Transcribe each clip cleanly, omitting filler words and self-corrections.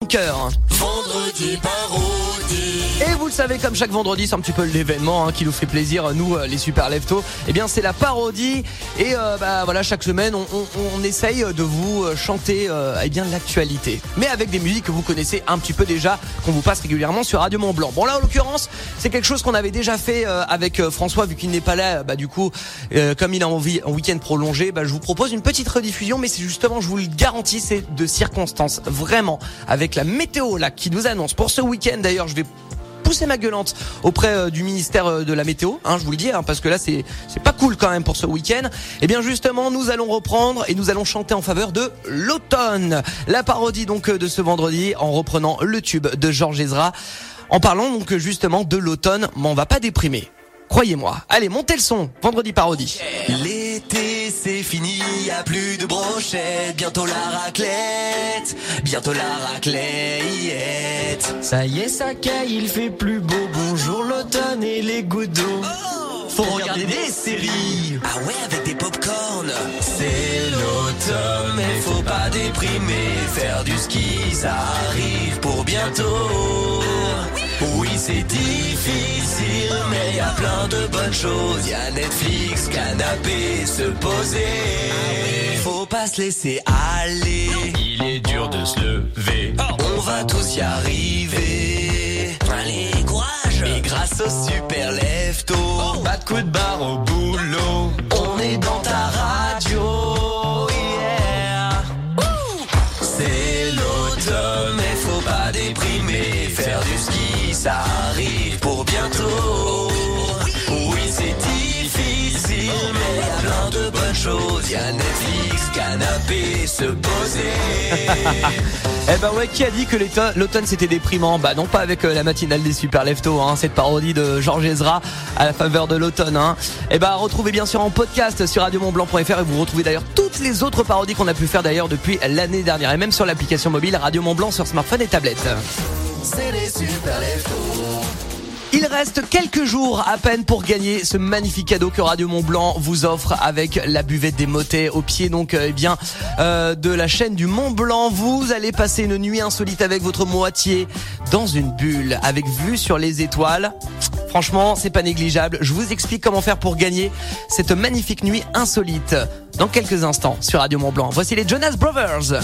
Cœur. Vendredi parodie. Et vous le savez, comme chaque vendredi, c'est un petit peu l'événement qui nous fait plaisir, nous les super leftos. Eh bien, c'est la parodie. Et voilà, chaque semaine, on essaye de vous chanter l'actualité, mais avec des musiques que vous connaissez un petit peu déjà, qu'on vous passe régulièrement sur Radio Mont Blanc. Bon, là, en l'occurrence, c'est quelque chose qu'on avait déjà fait avec François, vu qu'il n'est pas là. Du coup, comme il a envie en week-end prolongé, je vous propose une petite rediffusion, mais c'est justement, je vous le garantis, c'est de circonstance, vraiment, avec la météo là qui nous annonce pour ce week-end. D'ailleurs, je vais pousser ma gueulante auprès du ministère de la météo, je vous le dis, parce que là c'est pas cool quand même pour ce week-end. Et bien justement, nous allons reprendre et nous allons chanter en faveur de l'automne. La parodie donc de ce vendredi, en reprenant le tube de Georges Ezra, en parlant donc justement de l'automne, mais on va pas déprimer. Croyez-moi. Allez, montez le son. Vendredi parodie. L'été c'est fini, y a plus de brochettes, bientôt la raclette, Ça y est, ça caille, il fait plus beau, bonjour l'automne et les gouttes d'eau. Faut regarder des séries. Ah ouais, avec des pop-corn. C'est l'automne, mais faut pas déprimer. Faire du ski, ça arrive pour bientôt. Oui, c'est difficile, mais y a plein de bonnes choses. Y a Netflix, canapé, se poser. Faut pas se laisser aller. Il est dur de se lever. On va tous y arriver. Allez, courage. Et grâce au super lefto, Pas de coup de barre au boulot. on est dans ta radio. Yeah. C'est l'automne, mais faut pas déprimer. Faire du ski, ça arrive pour bientôt. Oui, c'est difficile, mais y a plein de bonnes choses. Y a Netflix, canapé, se poser. Qui a dit que l'automne c'était déprimant? Non, pas avec la matinale des super leftos, cette parodie de Georges Ezra à la faveur de l'automne. Retrouvez bien sûr en podcast sur radiomontblanc.fr, et vous retrouvez d'ailleurs toutes les autres parodies qu'on a pu faire d'ailleurs depuis l'année dernière, et même sur l'application mobile Radio Mont Blanc sur smartphone et tablette. C'est les super leftos. Il reste quelques jours à peine pour gagner ce magnifique cadeau que Radio Mont Blanc vous offre avec la buvette des motets au pied de la chaîne du Mont Blanc. Vous allez passer une nuit insolite avec votre moitié dans une bulle avec vue sur les étoiles. Franchement, c'est pas négligeable. Je vous explique comment faire pour gagner cette magnifique nuit insolite dans quelques instants sur Radio Mont Blanc. Voici les Jonas Brothers.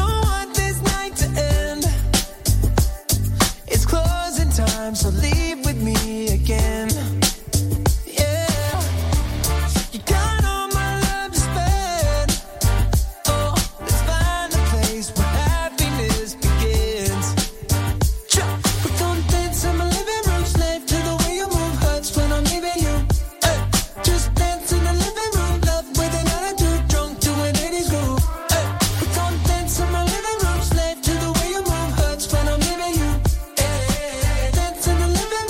So leave with me again. Yeah, you got all my love to spend. Oh, let's find a place where happiness begins. We're gonna dance in my living room, slave to the way you move hurts when I'm leaving you. Hey, just dance in the living room, love with an attitude, drunk to an 80s groove. Hey, we're gonna dance in my living room, slave to the way you move hurts when I'm leaving you. Dance in the living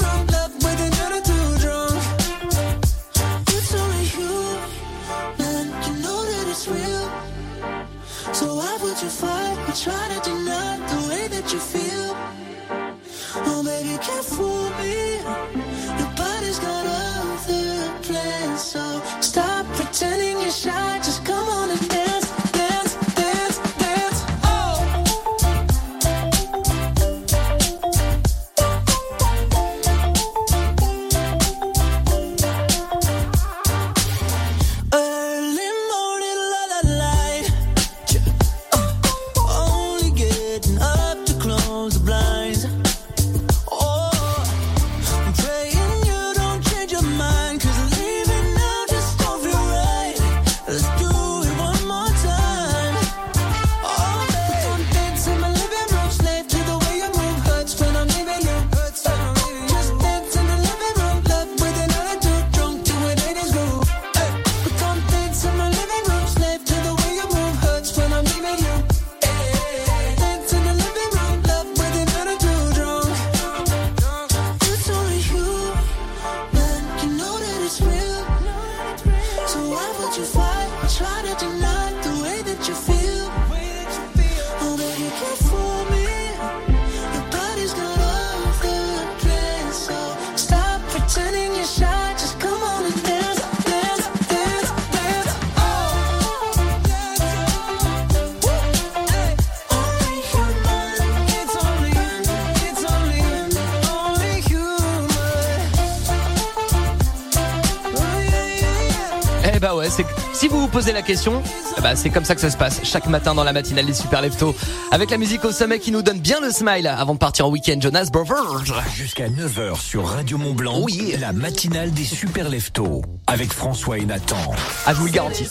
ouais, c'est si vous vous posez la question, c'est comme ça que ça se passe chaque matin dans la matinale des Super Leftos. Avec la musique au sommet qui nous donne bien le smile avant de partir en week-end. Jonas Brothers. Jusqu'à 9h sur Radio Mont-Blanc. Oui, la matinale des Super Leftos. Avec François et Nathan. Ah, je vous le garantis.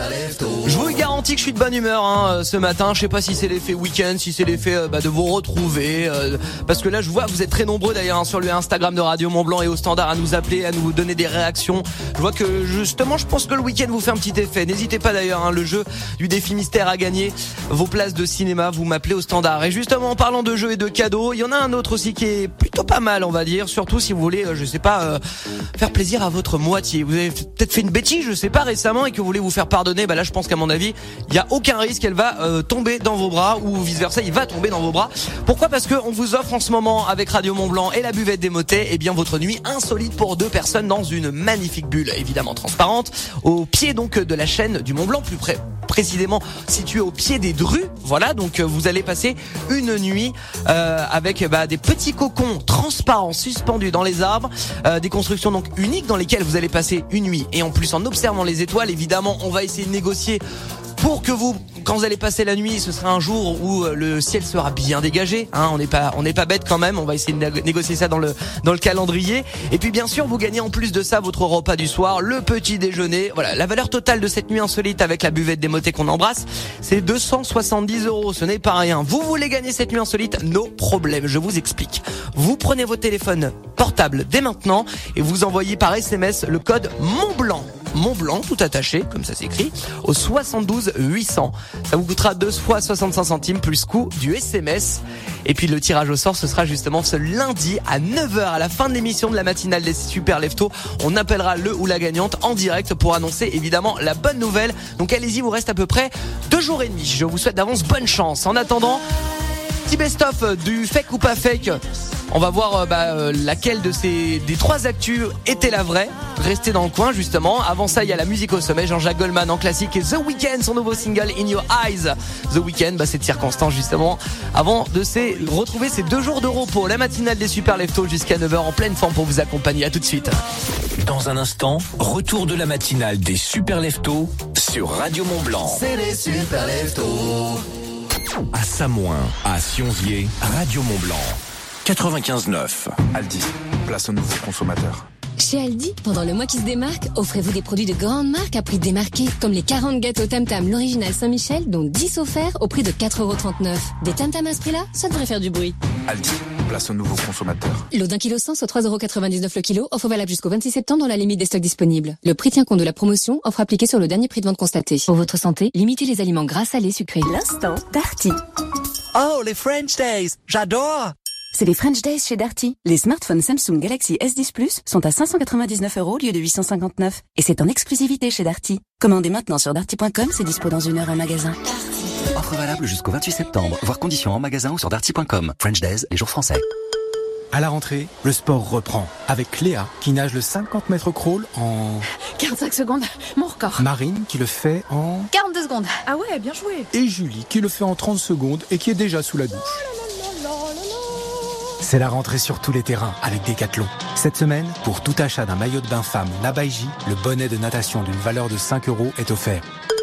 Je vous le garantis que je suis de bonne humeur ce matin. Je sais pas si c'est l'effet week-end, si c'est l'effet de vous retrouver. Parce que là, je vois, vous êtes très nombreux d'ailleurs sur le Instagram de Radio Mont-Blanc et au standard à nous appeler, à nous donner des réactions. Je vois que justement, je pense que le week-end vous fait un petit effet. N'hésitez pas d'ailleurs, le jeu du défi mystère à gagner. Vos places de cinéma, vous m'appelez au standard. Et justement, en parlant de jeux et de cadeaux, il y en a un autre aussi qui est plutôt pas mal, on va dire. Surtout si vous voulez, faire plaisir à votre moitié. Vous avez peut-être fait une bêtise, je sais pas, récemment et que vous voulez vous faire pardonner. Là, je pense qu'à mon avis, il y a aucun risque qu'elle va tomber dans vos bras ou vice versa, il va tomber dans vos bras. Pourquoi ? Parce que on vous offre en ce moment avec Radio Mont-Blanc et la buvette des motets, votre nuit insolite pour 2 personnes dans une magnifique bulle, évidemment transparente, au pied donc de la chaîne du Mont-Blanc, plus précisément situé au pied des Drues. Voilà, donc vous allez passer une nuit avec des petits cocons transparents suspendus dans les arbres, des constructions donc uniques dans lesquelles vous allez passer une nuit. Et en plus, en observant les étoiles, évidemment, on va essayer de négocier pour que vous, quand vous allez passer la nuit, ce sera un jour où le ciel sera bien dégagé. On n'est pas bête quand même. On va essayer de négocier ça dans le calendrier. Et puis bien sûr, vous gagnez en plus de ça votre repas du soir, le petit déjeuner. Voilà, la valeur totale de cette nuit insolite avec la buvette des motets qu'on embrasse, c'est 270 €. Ce n'est pas rien. Vous voulez gagner cette nuit insolite ? No problème. Je vous explique. Vous prenez votre téléphone portable dès maintenant et vous envoyez par SMS le code Mont-Blanc, tout attaché, comme ça s'écrit, au 72 800. Ça vous coûtera 2 fois 65 centimes plus coût du SMS. Et puis le tirage au sort, ce sera justement ce lundi à 9h à la fin de l'émission de la matinale des Super Leftos. On appellera le ou la gagnante en direct pour annoncer évidemment la bonne nouvelle. Donc allez-y, vous reste à peu près 2 jours et demi. Je vous souhaite d'avance bonne chance. En attendant, petit best-of du fake ou pas fake. On va voir laquelle des 3 actus était la vraie. Restez dans le coin justement. Avant ça, il y a la musique au sommet. Jean-Jacques Goldman en classique et The Weeknd, son nouveau single In Your Eyes. The Weeknd, c'est de circonstance justement. Avant de retrouver ces 2 jours de repos, la matinale des Super Leftos jusqu'à 9h en pleine forme pour vous accompagner. À tout de suite. Dans un instant, retour de la matinale des Super Leftos sur Radio Mont-Blanc. C'est les Super Leftos. À Samoin, à Sionzier, Radio Mont-Blanc. 95.9. Aldi, place aux nouveaux consommateurs. Chez Aldi, pendant le mois qui se démarque, offrez-vous des produits de grande marque à prix démarqué, comme les 40 gâteaux Tam Tam, l'original Saint-Michel, dont 10 offerts au prix de 4,39 €. Des Tam Tam à ce prix-là, ça devrait faire du bruit. Aldi, place aux nouveaux consommateurs. Lot d'1 kg 100 soit 3,99 € le kilo, offre valable jusqu'au 26 septembre dans la limite des stocks disponibles. Le prix tient compte de la promotion, offre appliquée sur le dernier prix de vente constaté. Pour votre santé, limitez les aliments gras, salés, sucrés. L'instant Darty. Oh, les French Days, j'adore! C'est les French Days chez Darty. Les smartphones Samsung Galaxy S10 Plus sont à 599 € au lieu de 859. Et c'est en exclusivité chez Darty. Commandez maintenant sur darty.com, c'est dispo dans 1 heure en magasin. Offre valable jusqu'au 28 septembre. Voir conditions en magasin ou sur darty.com. French Days, les jours français. À la rentrée, le sport reprend. Avec Léa, qui nage le 50 mètres crawl en... 45 secondes, mon record. Marine, qui le fait en... 42 secondes. Ah ouais, bien joué. Et Julie, qui le fait en 30 secondes et qui est déjà sous la douche. C'est la rentrée sur tous les terrains avec Decathlon. Cette semaine, pour tout achat d'un maillot de bain femme Nabaiji, le bonnet de natation d'une valeur de 5 € est offert.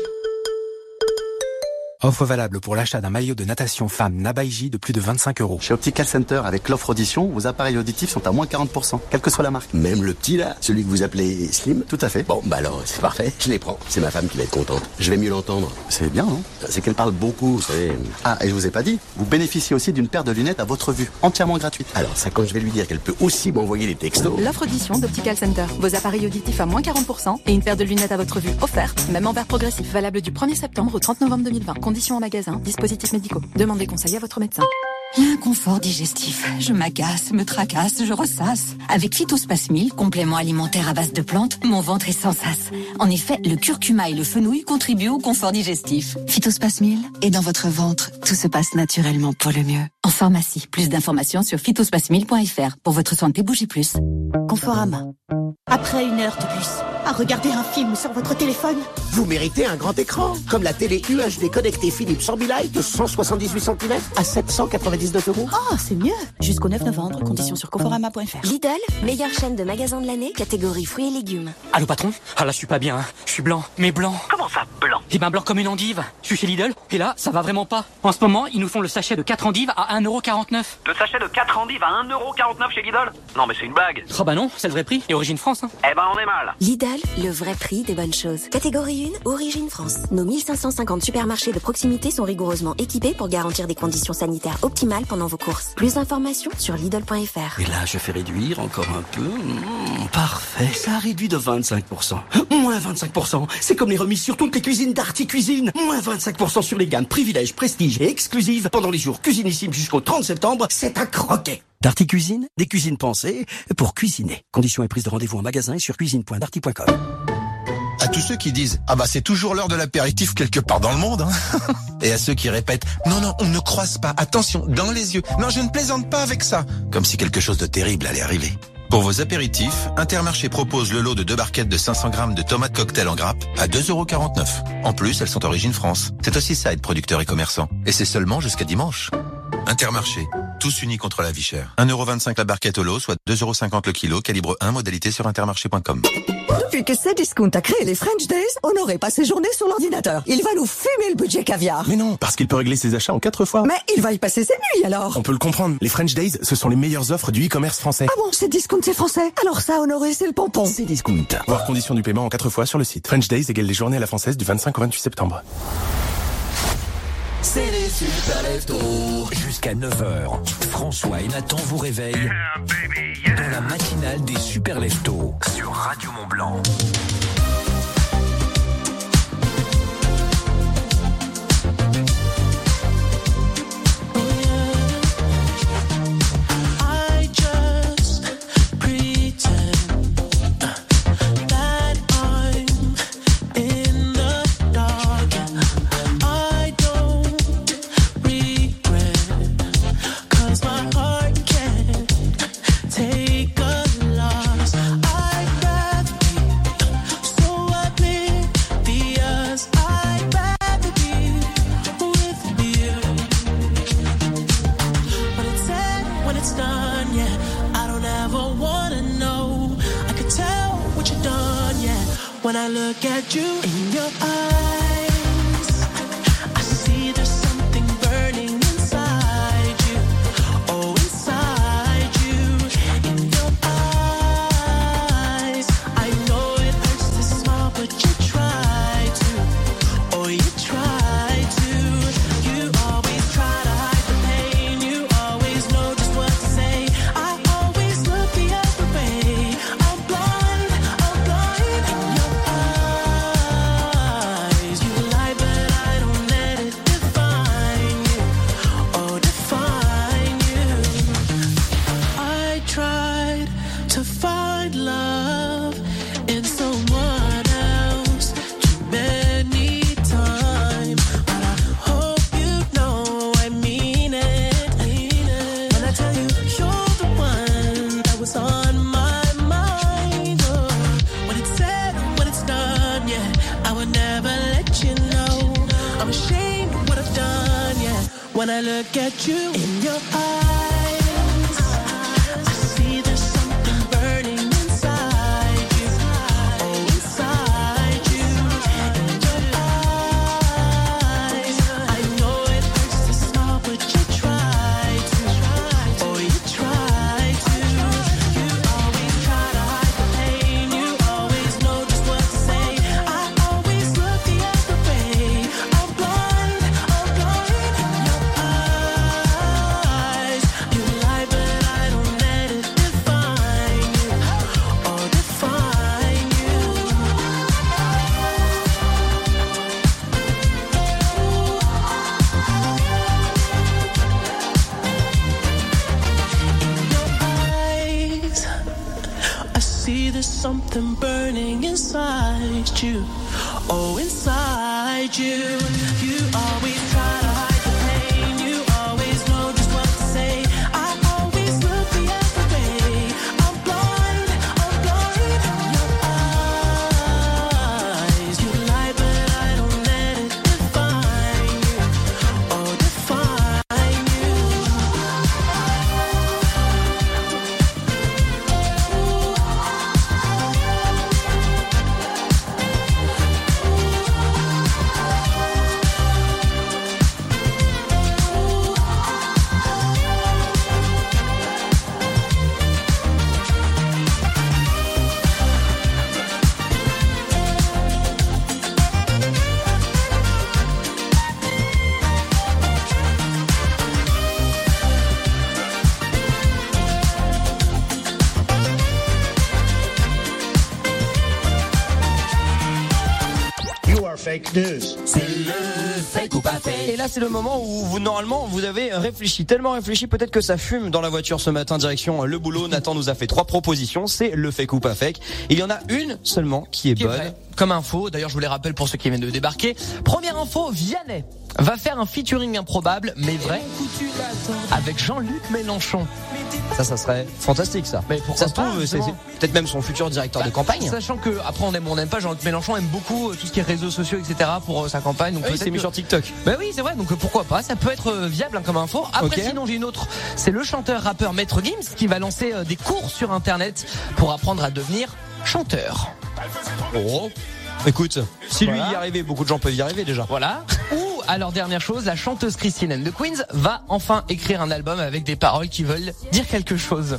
Offre valable pour l'achat d'un maillot de natation femme Nabaiji de plus de 25 €. Chez Optical Center, avec l'offre audition, vos appareils auditifs sont à moins 40%, quelle que soit la marque. Même le petit là, celui que vous appelez Slim? Tout à fait. Bon, alors, c'est parfait, je les prends. C'est ma femme qui va être contente. Je vais mieux l'entendre. C'est bien, non? C'est qu'elle parle beaucoup, vous savez. Ah, et je vous ai pas dit, vous bénéficiez aussi d'une paire de lunettes à votre vue, entièrement gratuite. Alors, ça, quand je vais lui dire qu'elle peut aussi m'envoyer des textos... L'offre audition d'Optical Center. Vos appareils auditifs à moins 40% et une paire de lunettes à votre vue offerte, même en verre progressif. Valable du 1er septembre au 30 novembre 2020. Conditions en magasin. Dispositifs médicaux. Demandez conseil à votre médecin. L'inconfort digestif. Je m'agace, me tracasse, je ressasse. Avec Phytospasmil, complément alimentaire à base de plantes, mon ventre est sans sas. En effet, le curcuma et le fenouil contribuent au confort digestif. Phytospasmil est dans votre ventre. Tout se passe naturellement pour le mieux. En pharmacie, plus d'informations sur phytospasmil.fr. Pour votre santé, bougez plus. Conforama. Après 1 heure de bus, à regarder un film sur votre téléphone. Vous méritez un grand écran, comme la télé UHD connectée Philips Ambilight de 178 cm à 799 €. Oh, c'est mieux. Jusqu'au 9 novembre, conditions sur conforama.fr. Lidl, meilleure chaîne de magasins de l'année, catégorie fruits et légumes. Allô patron? Ah là je suis pas bien, hein. Je suis blanc, mais blanc. Comment ça, blanc? Eh ben blanc comme une endive. Je suis chez Lidl, et là, ça va vraiment pas. En ce moment, ils nous font le sachet de 4 endives à 1,49 €. Le sachet de 4 endives à 1,49 € chez Lidl? Non mais c'est une blague. Oh bah non, c'est le vrai prix, et origine France. Hein. Eh ben on est mal. Lidl, le vrai prix des bonnes choses. Catégorie 1, origine France. Nos 1550 supermarchés de proximité sont rigoureusement équipés pour garantir des conditions sanitaires optimales pendant vos courses. Plus d'informations sur Lidl.fr. Et là, je fais réduire encore un peu. Parfait, ça a réduit de 25%. Moins 25%. C'est comme les remises sur toutes les cuisines d'Arty Cuisine. Moins 25% sur les gammes privilèges, prestige et exclusives pendant les jours Cuisinissimes jusqu'au 30 septembre. C'est un croquet. Darty Cuisine, des cuisines pensées pour cuisiner. Conditions et prise de rendez-vous en magasin et sur cuisine.darty.com. À tous ceux qui disent « Ah bah c'est toujours l'heure de l'apéritif quelque part dans le monde hein. » Et à ceux qui répètent « Non, non, on ne croise pas, attention, dans les yeux. Non, je ne plaisante pas avec ça. » Comme si quelque chose de terrible allait arriver. Pour vos apéritifs, Intermarché propose le lot de 2 barquettes de 500 grammes de tomates cocktail en grappe à 2,49 €. En plus, elles sont d'origine France. C'est aussi ça être producteur et commerçant. Et c'est seulement jusqu'à dimanche. Intermarché, tous unis contre la vie chère. 1,25 € la barquette au lot, soit 2,50 € le kilo, calibre 1, modalité sur intermarché.com. Depuis que Cdiscount a créé les French Days, on n'aurait pas séjourné sur l'ordinateur. Il va nous fumer le budget caviar. Mais non, parce qu'il peut régler ses achats en 4 fois. Mais il va y passer ses nuits alors. On peut le comprendre. Les French Days, ce sont les meilleures offres du e-commerce français. Ah bon, Cdiscount c'est français. Alors ça, Honoré, c'est le pompon. Cdiscount. Voir conditions du paiement en 4 fois sur le site. French Days égale les journées à la française du 25 au 28 septembre. C'est les super leftos. Jusqu'à 9h, François et Nathan vous réveillent dans la matinale des super leftos sur Radio Mont-Blanc. When I look at you in your eyes, I see there's something burning inside you. Oh, inside you, in your eyes. I know it hurts to smile, but you try to. Oh, you try to. You always try to hide the pain. You always know just what to say. I always look the other way. I'm blind, I'm blind. In your When I look at you in your eyes, I see there's something burning inside you. Oh, inside you, in your eyes. I know it hurts to smile, but you try to. Oh, you try to. You always try to hide the pain. You always know just what to say. I always look the other way. I'm blind, I'm blind. Something burning inside you. Oh, inside you. You always try to hide the pain. You always know just what to say. I always look the other way. I'm blind, I'm blind. In your fake news. C'est le fake ou pas fake. Et là, c'est le moment où normalement, vous avez réfléchi, tellement réfléchi, peut-être que ça fume dans la voiture ce matin, direction le boulot. Nathan nous a fait 3 propositions, c'est le fake ou pas fake. Il y en a une seulement qui est bonne. Vrai. Comme info, d'ailleurs je vous les rappelle pour ceux qui viennent de débarquer. Première info, Vianney va faire un featuring improbable, mais vrai, avec Jean-Luc Mélenchon. Ça serait fantastique, ça. Mais pourquoi ça se trouve, c'est peut-être même son futur directeur de campagne. Sachant que, après, on aime ou on n'aime pas, Jean-Luc Mélenchon aime beaucoup tout ce qui est réseaux sociaux, etc. pour sa campagne. Donc il s'est mis sur TikTok. Ben oui, c'est vrai, donc pourquoi pas, ça peut être viable comme info. Après, sinon, j'ai une autre. C'est le chanteur-rappeur Maître Gims qui va lancer des cours sur Internet pour apprendre à devenir chanteur. Oh, écoute, si lui y arrivait, beaucoup de gens peuvent y arriver déjà. Voilà. Ou, alors dernière chose, la chanteuse Christine and the Queens va enfin écrire un album avec des paroles qui veulent dire quelque chose.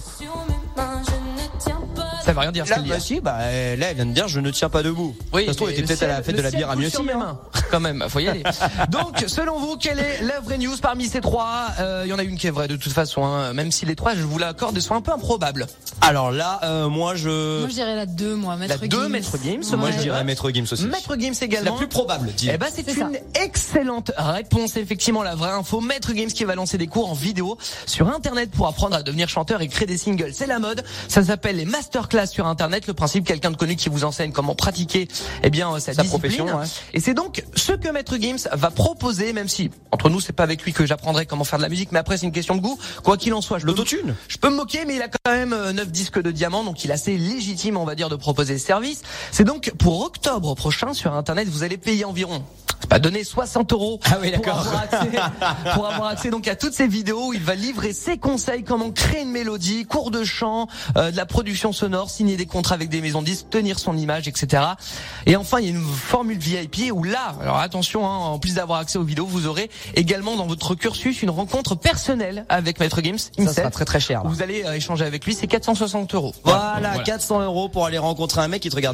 Ça veut rien dire, ce qu'elle dit. Là, elle vient de dire je ne tiens pas debout. Oui, ça se trouve, elle était peut-être à la fête de la bière à Mieuxy. Quand même, faut y aller. Donc, selon vous, quelle est la vraie news parmi ces 3 ? Il y en a une qui est vraie de toute façon, hein, même si les 3, je vous l'accorde, sont un peu improbables. Alors là, moi je dirais la 2, moi, Maître Gims. La 2, Maître Gims. Moi je dirais Maître Gims aussi. Maître Gims également. La plus probable, dis. Eh ben, c'est une excellente réponse, effectivement, la vraie info. Maître Gims qui va lancer des cours en vidéo sur Internet pour apprendre à devenir chanteur et créer des singles. C'est la mode. Ça s'appelle les masterclass sur Internet. Le principe, quelqu'un de connu qui vous enseigne comment pratiquer, sa profession. Ouais. Et c'est donc ce que Maître Gims va proposer, même si, entre nous, c'est pas avec lui que j'apprendrai comment faire de la musique, mais après, c'est une question de goût. Quoi qu'il en soit, l'autotune. Je peux me moquer, mais il a quand même 9 disques de diamant, donc il est assez légitime, on va dire, de proposer ce service. C'est donc pour octobre prochain sur Internet, vous allez payer environ, c'est pas donné, 60 € pour avoir accès donc à toutes ces vidéos où il va livrer ses conseils, comment créer une mélodie, cours de chant, de la production sonore, signer des contrats avec des maisons de disques, tenir son image, etc. Et enfin, il y a une formule VIP où là, alors attention, hein, en plus d'avoir accès aux vidéos, vous aurez également dans votre cursus une rencontre personnelle avec Maître Gims. Ça sera très très cher. Là. Vous allez échanger avec lui, c'est 460 €. Voilà, 400 € pour aller rencontrer un mec qui te regarde